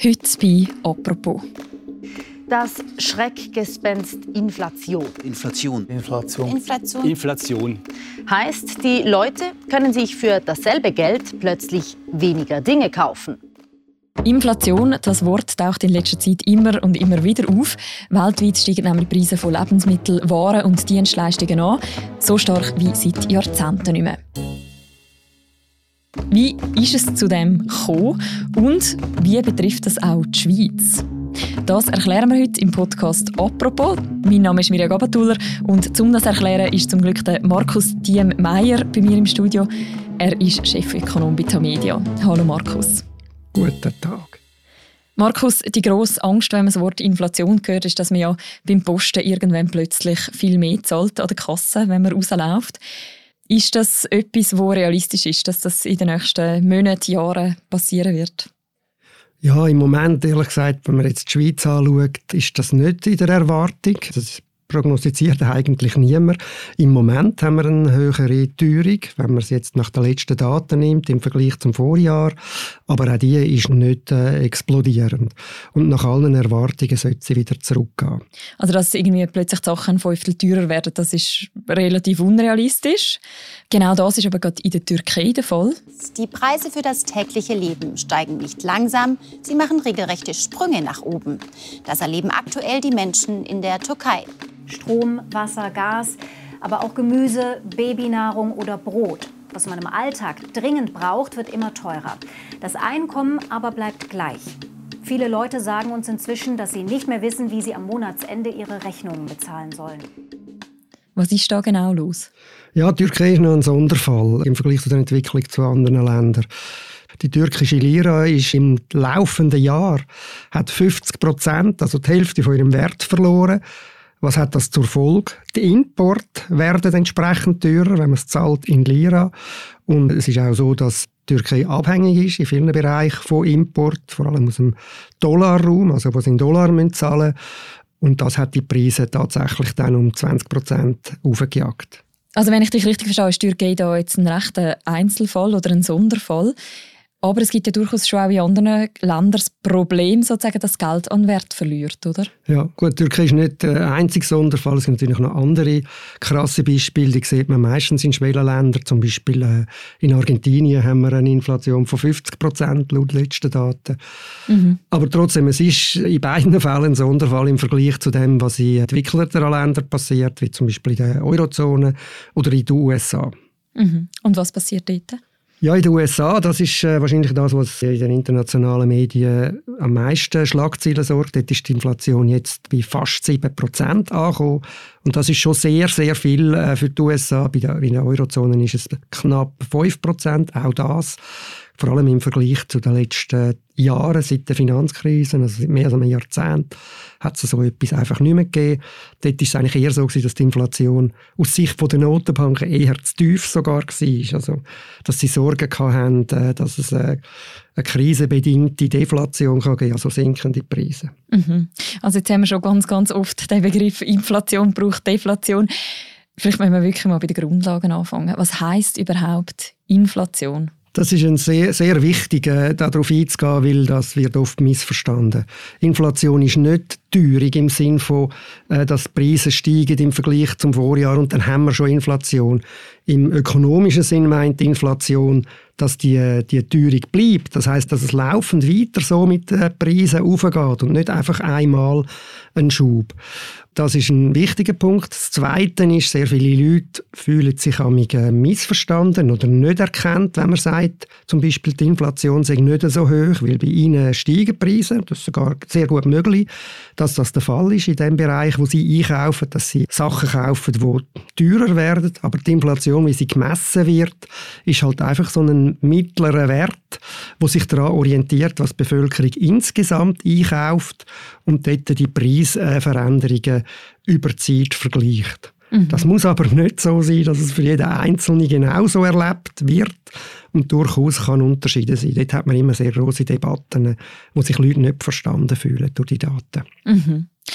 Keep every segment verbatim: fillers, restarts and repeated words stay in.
Heute bei «Apropos». Das Schreckgespenst Inflation. Inflation. Inflation. Inflation. Inflation. Heißt, die Leute können sich für dasselbe Geld plötzlich weniger Dinge kaufen. Inflation, das Wort taucht in letzter Zeit immer und immer wieder auf. Weltweit steigen nämlich die Preise von Lebensmitteln, Waren und Dienstleistungen an. So stark wie seit Jahrzehnten nicht mehr. Wie ist es zu dem gekommen und wie betrifft das auch die Schweiz? Das erklären wir heute im Podcast «Apropos». Mein Name ist Mirja Gabatuller und um das zu erklären ist zum Glück der Markus Diem-Meyer bei mir im Studio. Er ist Chefökonom bei Tamedia. Hallo Markus. Guten Tag. Markus, die grosse Angst, wenn man das Wort Inflation hört, ist, dass man ja beim Posten irgendwann plötzlich viel mehr zahlt an der Kasse, wenn man rausläuft. Ist das etwas, das realistisch ist, dass das in den nächsten Monaten, Jahren passieren wird? Ja, im Moment, ehrlich gesagt, wenn man jetzt die Schweiz anschaut, ist das nicht in der Erwartung. Das prognostiziert eigentlich niemand. Im Moment haben wir eine höhere Teuerung, wenn man es jetzt nach den letzten Daten nimmt, im Vergleich zum Vorjahr. Aber auch die ist nicht äh, explodierend. Und nach allen Erwartungen sollte sie wieder zurückgehen. Also, dass irgendwie plötzlich die Sachen ein Fünftel teurer werden, das ist relativ unrealistisch. Genau das ist aber gerade in der Türkei der Fall. Die Preise für das tägliche Leben steigen nicht langsam, sie machen regelrechte Sprünge nach oben. Das erleben aktuell die Menschen in der Türkei. Strom, Wasser, Gas, aber auch Gemüse, Babynahrung oder Brot. Was man im Alltag dringend braucht, wird immer teurer. Das Einkommen aber bleibt gleich. Viele Leute sagen uns inzwischen, dass sie nicht mehr wissen, wie sie am Monatsende ihre Rechnungen bezahlen sollen. Was ist da genau los? Ja, die Türkei ist noch ein Sonderfall im Vergleich zu der Entwicklung zu anderen Ländern. Die türkische Lira ist im laufenden Jahr hat fünfzig Prozent, also die Hälfte von ihrem Wert verloren. Was hat das zur Folge? Die Importe werden entsprechend teurer, wenn man es zahlt in Lira. Und es ist auch so, dass die Türkei abhängig ist in vielen Bereichen von Import, vor allem aus dem Dollarraum, also wo sie in Dollar zahlen müssen. Und das hat die Preise tatsächlich dann um zwanzig Prozent aufgejagt. Also wenn ich dich richtig verstehe, ist die Türkei da jetzt ein rechter Einzelfall oder ein Sonderfall. Aber es gibt ja durchaus schon auch in anderen Ländern das Problem, sozusagen, dass Geld an Wert verliert, oder? Ja, gut, die Türkei ist nicht der einzige Sonderfall. Es gibt natürlich noch andere krasse Beispiele, die sieht man meistens in Schwellenländern. Zum Beispiel äh, in Argentinien haben wir eine Inflation von fünfzig Prozent laut letzten Daten. Mhm. Aber trotzdem, es ist in beiden Fällen ein Sonderfall im Vergleich zu dem, was in entwickelteren Ländern passiert, wie zum Beispiel in der Eurozone oder in den U S A. Mhm. Und was passiert dort? Ja, in den U S A, das ist äh, wahrscheinlich das, was in den internationalen Medien am meisten Schlagzeilen sorgt. Dort ist die Inflation jetzt bei fast sieben Prozent angekommen. Und das ist schon sehr, sehr viel äh, für die U S A. Bei der, in der Eurozone ist es knapp fünf Prozent, auch das. Vor allem im Vergleich zu den letzten Jahren, seit der Finanzkrise, also seit mehr als einem Jahrzehnt, hat es so etwas einfach nicht mehr gegeben. Dort war es eigentlich eher so, dass die Inflation aus Sicht der Notenbanken eher zu tief sogar war. Also, dass sie Sorgen hatten, dass es eine krisenbedingte Deflation geben kann, also sinkende Preise. Mhm. Also jetzt haben wir schon ganz, ganz oft den Begriff Inflation braucht Deflation. Vielleicht müssen wir wirklich mal bei den Grundlagen anfangen. Was heisst überhaupt Inflation? Das ist ein sehr, sehr wichtig, äh, darauf einzugehen, weil das wird oft missverstanden. Inflation ist nicht Teuerung im Sinne von, äh, dass die Preise steigen im Vergleich zum Vorjahr und dann haben wir schon Inflation. Im ökonomischen Sinn meint Inflation, dass die, die Teuerung bleibt. Das heisst, dass es laufend weiter so mit den Preisen aufgeht und nicht einfach einmal ein Schub. Das ist ein wichtiger Punkt. Das Zweite ist, sehr viele Leute fühlen sich manchmal missverstanden oder nicht erkannt, wenn man sagt, zum Beispiel die Inflation sei nicht so hoch, weil bei ihnen steigen die Preise. Das ist sogar sehr gut möglich, dass das der Fall ist in dem Bereich, wo sie einkaufen, dass sie Sachen kaufen, die teurer werden. Aber die Inflation, wie sie gemessen wird, ist halt einfach so ein mittlerer Wert, der sich daran orientiert, was die Bevölkerung insgesamt einkauft und dort die Preisveränderungen über die Zeit vergleicht. Mhm. Das muss aber nicht so sein, dass es für jeden Einzelnen genauso erlebt wird und durchaus kann Unterschiede sein. Dort hat man immer sehr grosse Debatten, wo sich Leute nicht verstanden fühlen durch die Daten. Mhm.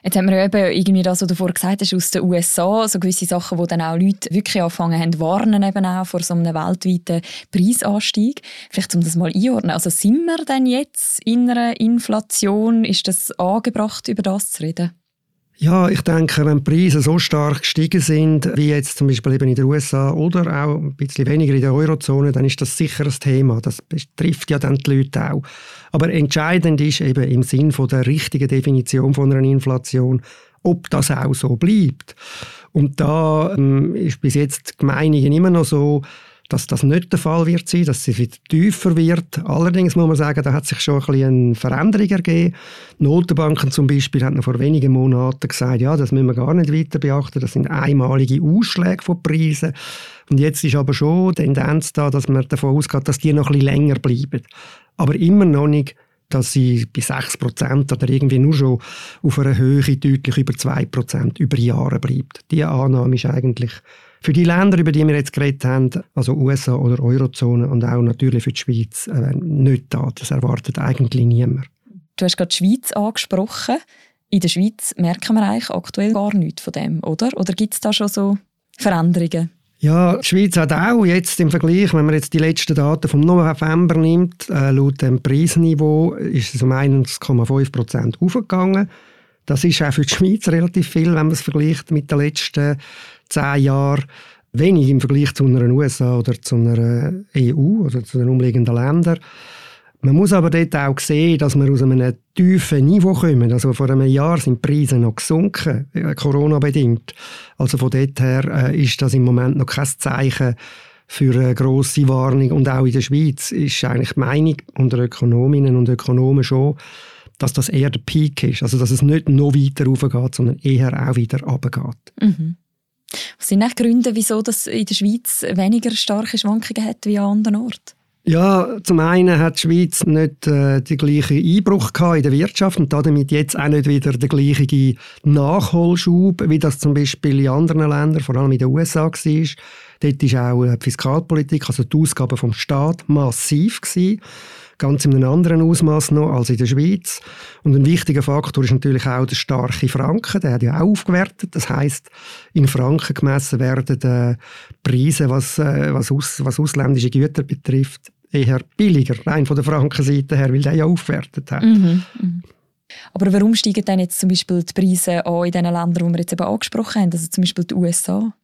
Jetzt haben wir ja eben irgendwie das, was du vorhin gesagt hast, aus den U S A, so gewisse Sachen, wo dann auch Leute wirklich angefangen haben, warnen eben auch vor so einem weltweiten Preisanstieg. Vielleicht, um das mal einordnen. Also sind wir denn jetzt in einer Inflation? Ist das angebracht, über das zu reden? Ja, ich denke, wenn die Preise so stark gestiegen sind, wie jetzt zum Beispiel eben in den U S A oder auch ein bisschen weniger in der Eurozone, dann ist das sicher ein Thema. Das betrifft ja dann die Leute auch. Aber entscheidend ist eben im Sinn von der richtigen Definition von einer Inflation, ob das auch so bleibt. Und da ähm, ist bis jetzt die Meinung immer noch so, dass das nicht der Fall wird sein, dass sie wieder tiefer wird. Allerdings muss man sagen, da hat sich schon ein bisschen eine Veränderung ergeben. Die Notenbanken zum Beispiel haben noch vor wenigen Monaten gesagt, ja, das müssen wir gar nicht weiter beachten, das sind einmalige Ausschläge von Preisen. Und jetzt ist aber schon die Tendenz da, dass man davon ausgeht, dass die noch ein bisschen länger bleiben. Aber immer noch nicht, dass sie bei sechs Prozent oder irgendwie nur schon auf einer Höhe deutlich über zwei Prozent über Jahre bleibt. Diese Annahme ist eigentlich für die Länder, über die wir jetzt geredet haben, also U S A oder Eurozone und auch natürlich für die Schweiz, äh, nicht da. Das erwartet eigentlich niemand. Du hast gerade die Schweiz angesprochen. In der Schweiz merken wir eigentlich aktuell gar nichts von dem, oder? Oder gibt es da schon so Veränderungen? Ja, die Schweiz hat auch jetzt im Vergleich, wenn man jetzt die letzten Daten vom November nimmt, äh, laut dem Preisniveau ist es um eins Komma fünf Prozent aufgegangen. Das ist auch für die Schweiz relativ viel, wenn man es vergleicht mit den letzten zehn Jahren. Wenig im Vergleich zu einer U S A oder zu einer E U oder zu den umliegenden Ländern. Man muss aber dort auch sehen, dass wir aus einem tiefen Niveau kommen. Also vor einem Jahr sind die Preise noch gesunken, Corona-bedingt. Also von dort her äh, ist das im Moment noch kein Zeichen für eine grosse Warnung. Und auch in der Schweiz ist eigentlich die Meinung unter Ökonominnen und Ökonomen schon, dass das eher der Peak ist. Also dass es nicht noch weiter raufgeht, sondern eher auch wieder runtergeht. Mhm. Was sind die Gründe, wieso das in der Schweiz weniger starke Schwankungen hat wie an anderen Orten? Ja, zum einen hat die Schweiz nicht äh, den gleichen Einbruch gehabt in der Wirtschaft und damit jetzt auch nicht wieder den gleichen Nachholschub, wie das zum Beispiel in anderen Ländern, vor allem in den U S A war. Dort war auch die Fiskalpolitik, also die Ausgaben vom Staat, massiv gewesen. Ganz in einem anderen Ausmaß noch als in der Schweiz. Und ein wichtiger Faktor ist natürlich auch der starke Franken. Der hat ja auch aufgewertet. Das heisst, in Franken gemessen werden die Preise, was, was, aus, was ausländische Güter betrifft, eher billiger. Rein von der Frankenseite her, weil der ja aufgewertet hat. Mhm, mhm. Aber warum steigen dann jetzt zum Beispiel die Preise an in den Ländern, die wir jetzt eben angesprochen haben, also zum Beispiel die U S A?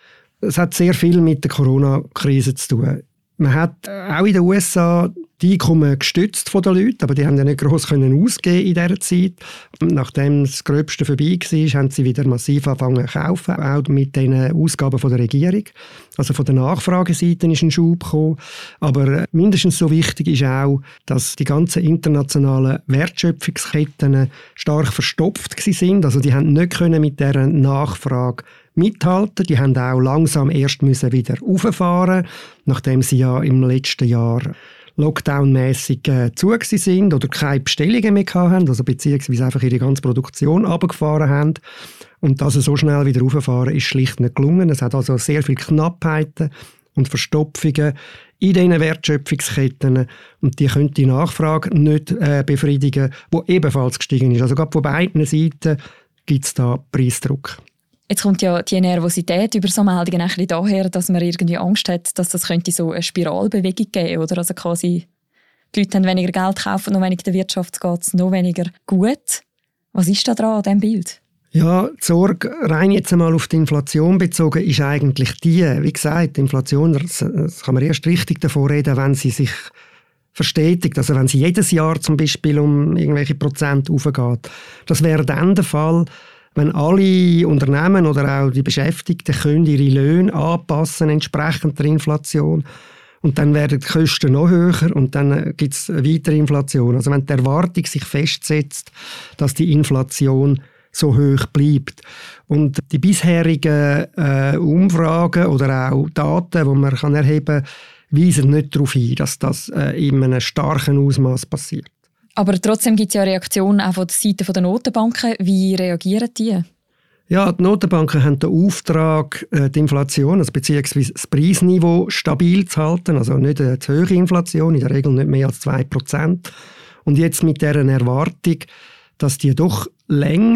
Es hat sehr viel mit der Corona-Krise zu tun. Man hat auch in den U S A die Einkommen gestützt von den Leuten, aber die haben ja nicht gross können ausgeben in dieser Zeit. Nachdem das Gröbste vorbei war, haben sie wieder massiv angefangen zu kaufen, auch mit den Ausgaben von der Regierung. Also von der Nachfrageseite ist ein Schub gekommen. Aber mindestens so wichtig ist auch, dass die ganzen internationalen Wertschöpfungsketten stark verstopft waren. Also die haben nicht können mit dieser Nachfrage mithalten. Die haben auch langsam erst müssen wieder rauffahren, nachdem sie ja im letzten Jahr Lockdown-mässig äh, zu sind oder keine Bestellungen mehr hatten, also beziehungsweise einfach ihre ganze Produktion runtergefahren haben. Und das so schnell wieder rauffahren, ist schlicht nicht gelungen. Es hat also sehr viele Knappheiten und Verstopfungen in diesen Wertschöpfungsketten und die können die Nachfrage nicht äh, befriedigen, die ebenfalls gestiegen ist. Also gerade von beiden Seiten gibt es da Preisdruck. Jetzt kommt ja die Nervosität über so Meldungen ein bisschen daher, dass man irgendwie Angst hat, dass das könnte so eine Spiralbewegung geben, oder? Also quasi die Leute haben weniger Geld kaufen, noch weniger der Wirtschaft geht es noch weniger gut. Was ist da dran an diesem Bild? Ja, die Sorge, rein jetzt einmal auf die Inflation bezogen, ist eigentlich die, wie gesagt, die Inflation, das, das kann man erst richtig davon reden, wenn sie sich verstetigt, also wenn sie jedes Jahr zum Beispiel um irgendwelche Prozent aufgeht. Das wäre dann der Fall, wenn alle Unternehmen oder auch die Beschäftigten können ihre Löhne anpassen entsprechend der Inflation. Und dann werden die Kosten noch höher und dann gibt es weitere Inflation. Also wenn die Erwartung sich festsetzt, dass die Inflation so hoch bleibt. Und die bisherigen äh, Umfragen oder auch Daten, die man kann erheben kann, weisen nicht darauf hin, dass das äh, in einem starken Ausmaß passiert. Aber trotzdem gibt es ja Reaktionen auch von der Seite der Notenbanken. Wie reagieren die? Ja, die Notenbanken haben den Auftrag, die Inflation, also beziehungsweise das Preisniveau stabil zu halten, also nicht eine zu hohe Inflation, in der Regel nicht mehr als zwei Prozent. Und jetzt mit dieser Erwartung, dass die doch länger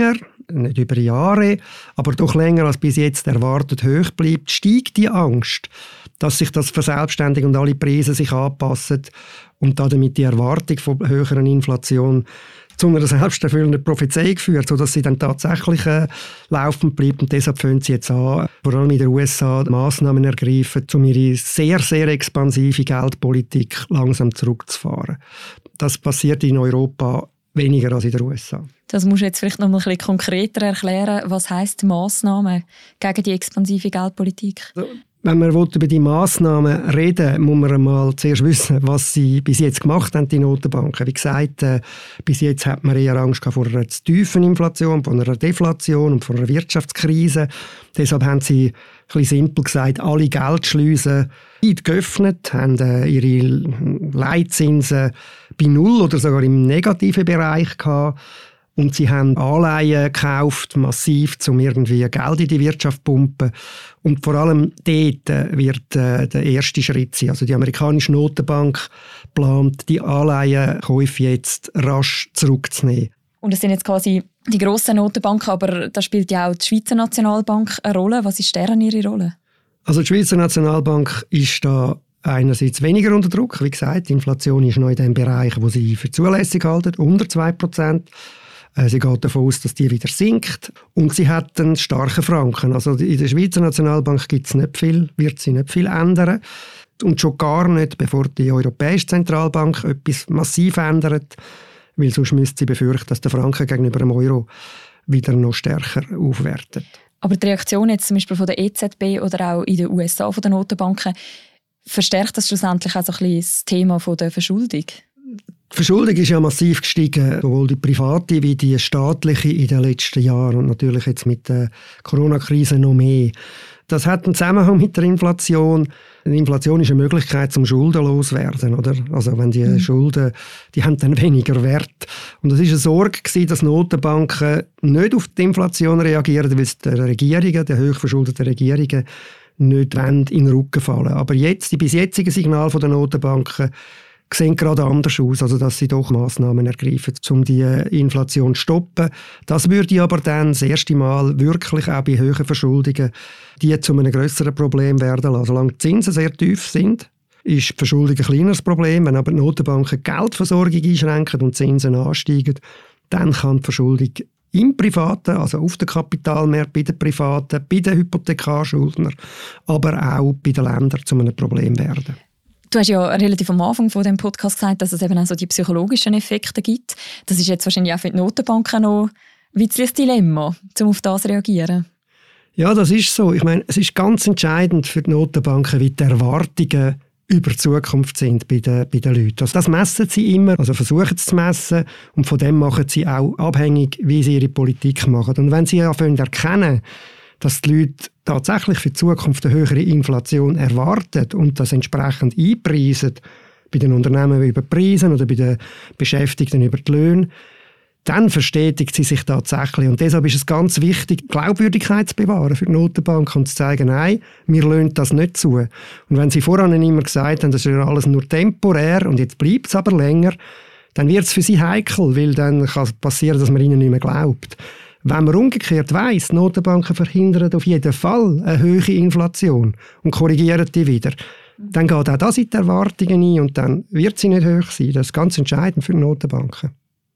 nicht über Jahre, aber doch länger als bis jetzt erwartet hoch bleibt, steigt die Angst, dass sich das verselbstständigt und alle Preise sich anpassen und damit die Erwartung von höheren Inflation zu einer selbsterfüllenden Prophezeiung führt, sodass sie dann tatsächlich äh, laufend bleibt. Und deshalb fangen sie jetzt an, vor allem in den U S A, Massnahmen ergreifen, um ihre sehr, sehr expansive Geldpolitik langsam zurückzufahren. Das passiert in Europa weniger als in den U S A. Das musst du jetzt vielleicht noch mal ein bisschen konkreter erklären. Was heisst Massnahmen gegen die expansive Geldpolitik? Also, wenn man über die Massnahmen reden, muss man mal zuerst wissen, was sie bis jetzt gemacht haben, die Notenbanken. Wie gesagt, äh, bis jetzt hat man eher Angst vor einer zu tiefen Inflation, vor einer Deflation und vor einer Wirtschaftskrise. Deshalb haben sie, ein bisschen simpel gesagt, alle Geldschleusen weit geöffnet, haben äh, ihre Leitzinsen bei Null oder sogar im negativen Bereich gehabt. Und sie haben Anleihen gekauft, massiv, um irgendwie Geld in die Wirtschaft zu pumpen. Und vor allem dort wird äh, der erste Schritt sein. Also die amerikanische Notenbank plant, die Anleihenkäufe jetzt rasch zurückzunehmen. Und das sind jetzt quasi die grossen Notenbanken, aber da spielt ja auch die Schweizer Nationalbank eine Rolle. Was ist deren ihre Rolle? Also die Schweizer Nationalbank ist da einerseits weniger unter Druck. Wie gesagt, die Inflation ist noch in dem Bereich, wo sie für zulässig halten, unter zwei Prozent. Sie geht davon aus, dass die wieder sinkt. Und sie hat einen starken Franken. Also in der Schweizer Nationalbank gibt es nicht viel, wird sie nicht viel ändern. Und schon gar nicht, bevor die Europäische Zentralbank etwas massiv ändert. Weil sonst müsste sie befürchten, dass der Franken gegenüber dem Euro wieder noch stärker aufwertet. Aber die Reaktion jetzt zum Beispiel von der E Z B oder auch in den U S A von den Notenbanken, verstärkt das schlussendlich auch so ein bisschen das Thema von der Verschuldung? Die Verschuldung ist ja massiv gestiegen, sowohl die private wie die staatliche in den letzten Jahren und natürlich jetzt mit der Corona-Krise noch mehr. Das hat einen Zusammenhang mit der Inflation. Die Inflation ist eine Möglichkeit, zum schuldenlos zu werden, oder? Also wenn die mhm. Schulden, die haben dann weniger Wert. Und es war eine Sorge gewesen, dass Notenbanken nicht auf die Inflation reagieren, weil es den Regierungen, den hochverschuldeten Regierungen, nicht in den Rücken fallen. Aber jetzt, die bis jetzigen Signale der Notenbanken sehen gerade anders aus, also dass sie doch Massnahmen ergreifen, um die Inflation zu stoppen. Das würde aber dann das erste Mal wirklich auch bei hohen Verschuldungen die zu einem grösseren Problem werden lassen. Solange die Zinsen sehr tief sind, ist die Verschuldung ein kleineres Problem. Wenn aber die Notenbanken die Geldversorgung einschränken und die Zinsen ansteigen, dann kann die Verschuldung im Privaten, also auf dem Kapitalmarkt, bei den Privaten, bei den Hypothekarschuldnern, aber auch bei den Ländern zu einem Problem werden. Du hast ja relativ am Anfang von dem Podcast gesagt, dass es eben auch so die psychologischen Effekte gibt. Das ist jetzt wahrscheinlich auch für die Notenbanken noch ein bisschen ein Dilemma, um auf das zu reagieren. Ja, das ist so. Ich meine, es ist ganz entscheidend für die Notenbanken, wie die Erwartungen über die Zukunft sind bei den, bei den Leuten. Also das messen sie immer, also versuchen sie zu messen und von dem machen sie auch abhängig, wie sie ihre Politik machen. Und wenn sie anfangen erkennen, dass die Leute tatsächlich für die Zukunft eine höhere Inflation erwarten und das entsprechend einpreisen, bei den Unternehmen über die Preise oder bei den Beschäftigten über die Löhne, dann verstetigt sie sich tatsächlich. Und deshalb ist es ganz wichtig, Glaubwürdigkeit zu bewahren für die Notenbank und zu zeigen, nein, wir lassen das nicht zu. Und wenn sie voran immer gesagt haben, das ist ja alles nur temporär und jetzt bleibt es aber länger, dann wird es für sie heikel, weil dann kann es passieren, dass man ihnen nicht mehr glaubt. Wenn man umgekehrt weiss, die Notenbanken verhindern auf jeden Fall eine hohe Inflation und korrigieren die wieder, dann geht auch das in die Erwartungen ein und dann wird sie nicht hoch sein. Das ist ganz entscheidend für die Notenbanken.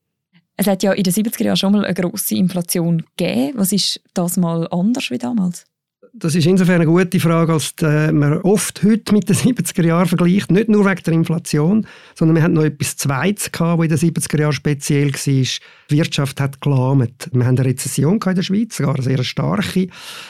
Es hat ja in den siebziger Jahren schon mal eine grosse Inflation gegeben. Was ist das mal anders wie damals? Das ist insofern eine gute Frage, als man oft heute mit den siebziger Jahren vergleicht. Nicht nur wegen der Inflation, sondern wir hatten noch etwas Zweites gehabt, was in den siebziger Jahren speziell war. Die Wirtschaft hat gelahmt. Wir hatten eine Rezession in der Schweiz, sogar eine sehr starke.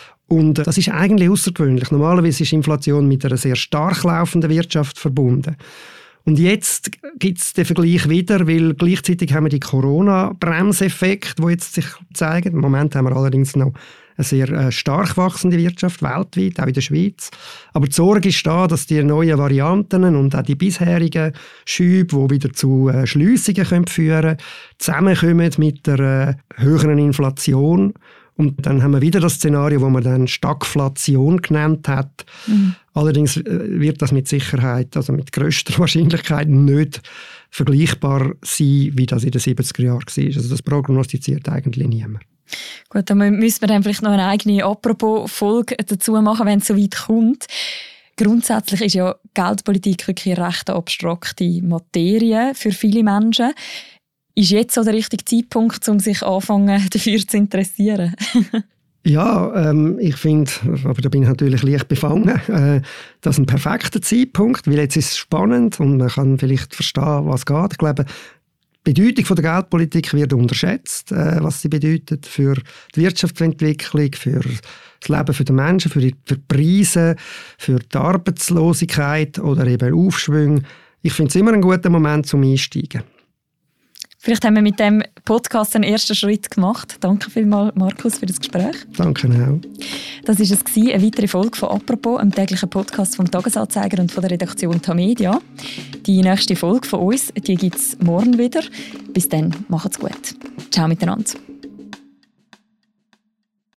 Und das ist eigentlich außergewöhnlich. Normalerweise ist Inflation mit einer sehr stark laufenden Wirtschaft verbunden. Und jetzt gibt es den Vergleich wieder, weil gleichzeitig haben wir die Corona-Bremseffekt, der jetzt sich zeigt. Im Moment haben wir allerdings noch eine sehr äh, stark wachsende Wirtschaft, weltweit, auch in der Schweiz. Aber die Sorge ist da, dass die neuen Varianten und auch die bisherigen Schübe, die wieder zu äh, Schliessungen können führen können, zusammenkommen mit der äh, höheren Inflation. Und dann haben wir wieder das Szenario, das man dann Stagflation genannt hat. Mhm. Allerdings wird das mit Sicherheit, also mit grösster Wahrscheinlichkeit nicht vergleichbar sein, wie das in den siebziger Jahren war. Also das prognostiziert eigentlich niemand. Gut, dann müssen wir dann vielleicht noch eine eigene Apropos-Folge dazu machen, wenn es so weit kommt. Grundsätzlich ist ja Geldpolitik wirklich eine recht abstrakte Materie für viele Menschen. Ist jetzt so der richtige Zeitpunkt, um sich anfangen, dafür zu interessieren? Ja, ähm, ich finde, aber da bin ich natürlich leicht befangen, äh, das ist ein perfekter Zeitpunkt, weil jetzt ist es spannend und man kann vielleicht verstehen, was geht. Ich glaube, die Bedeutung von der Geldpolitik wird unterschätzt, äh, was sie bedeutet für die Wirtschaftsentwicklung, für das Leben der Menschen, für die, für die Preise, für die Arbeitslosigkeit oder eben Aufschwung. Ich finde es immer ein guter Moment zum Einsteigen. Vielleicht haben wir mit dem Podcast einen ersten Schritt gemacht. Danke vielmals, Markus, für das Gespräch. Danke auch. Das war es, eine weitere Folge von «Apropos», einem täglichen Podcast vom «Tagesanzeiger» und von der Redaktion Tamedia. Die nächste Folge von uns, die gibt es morgen wieder. Bis dann, macht's gut. Ciao miteinander.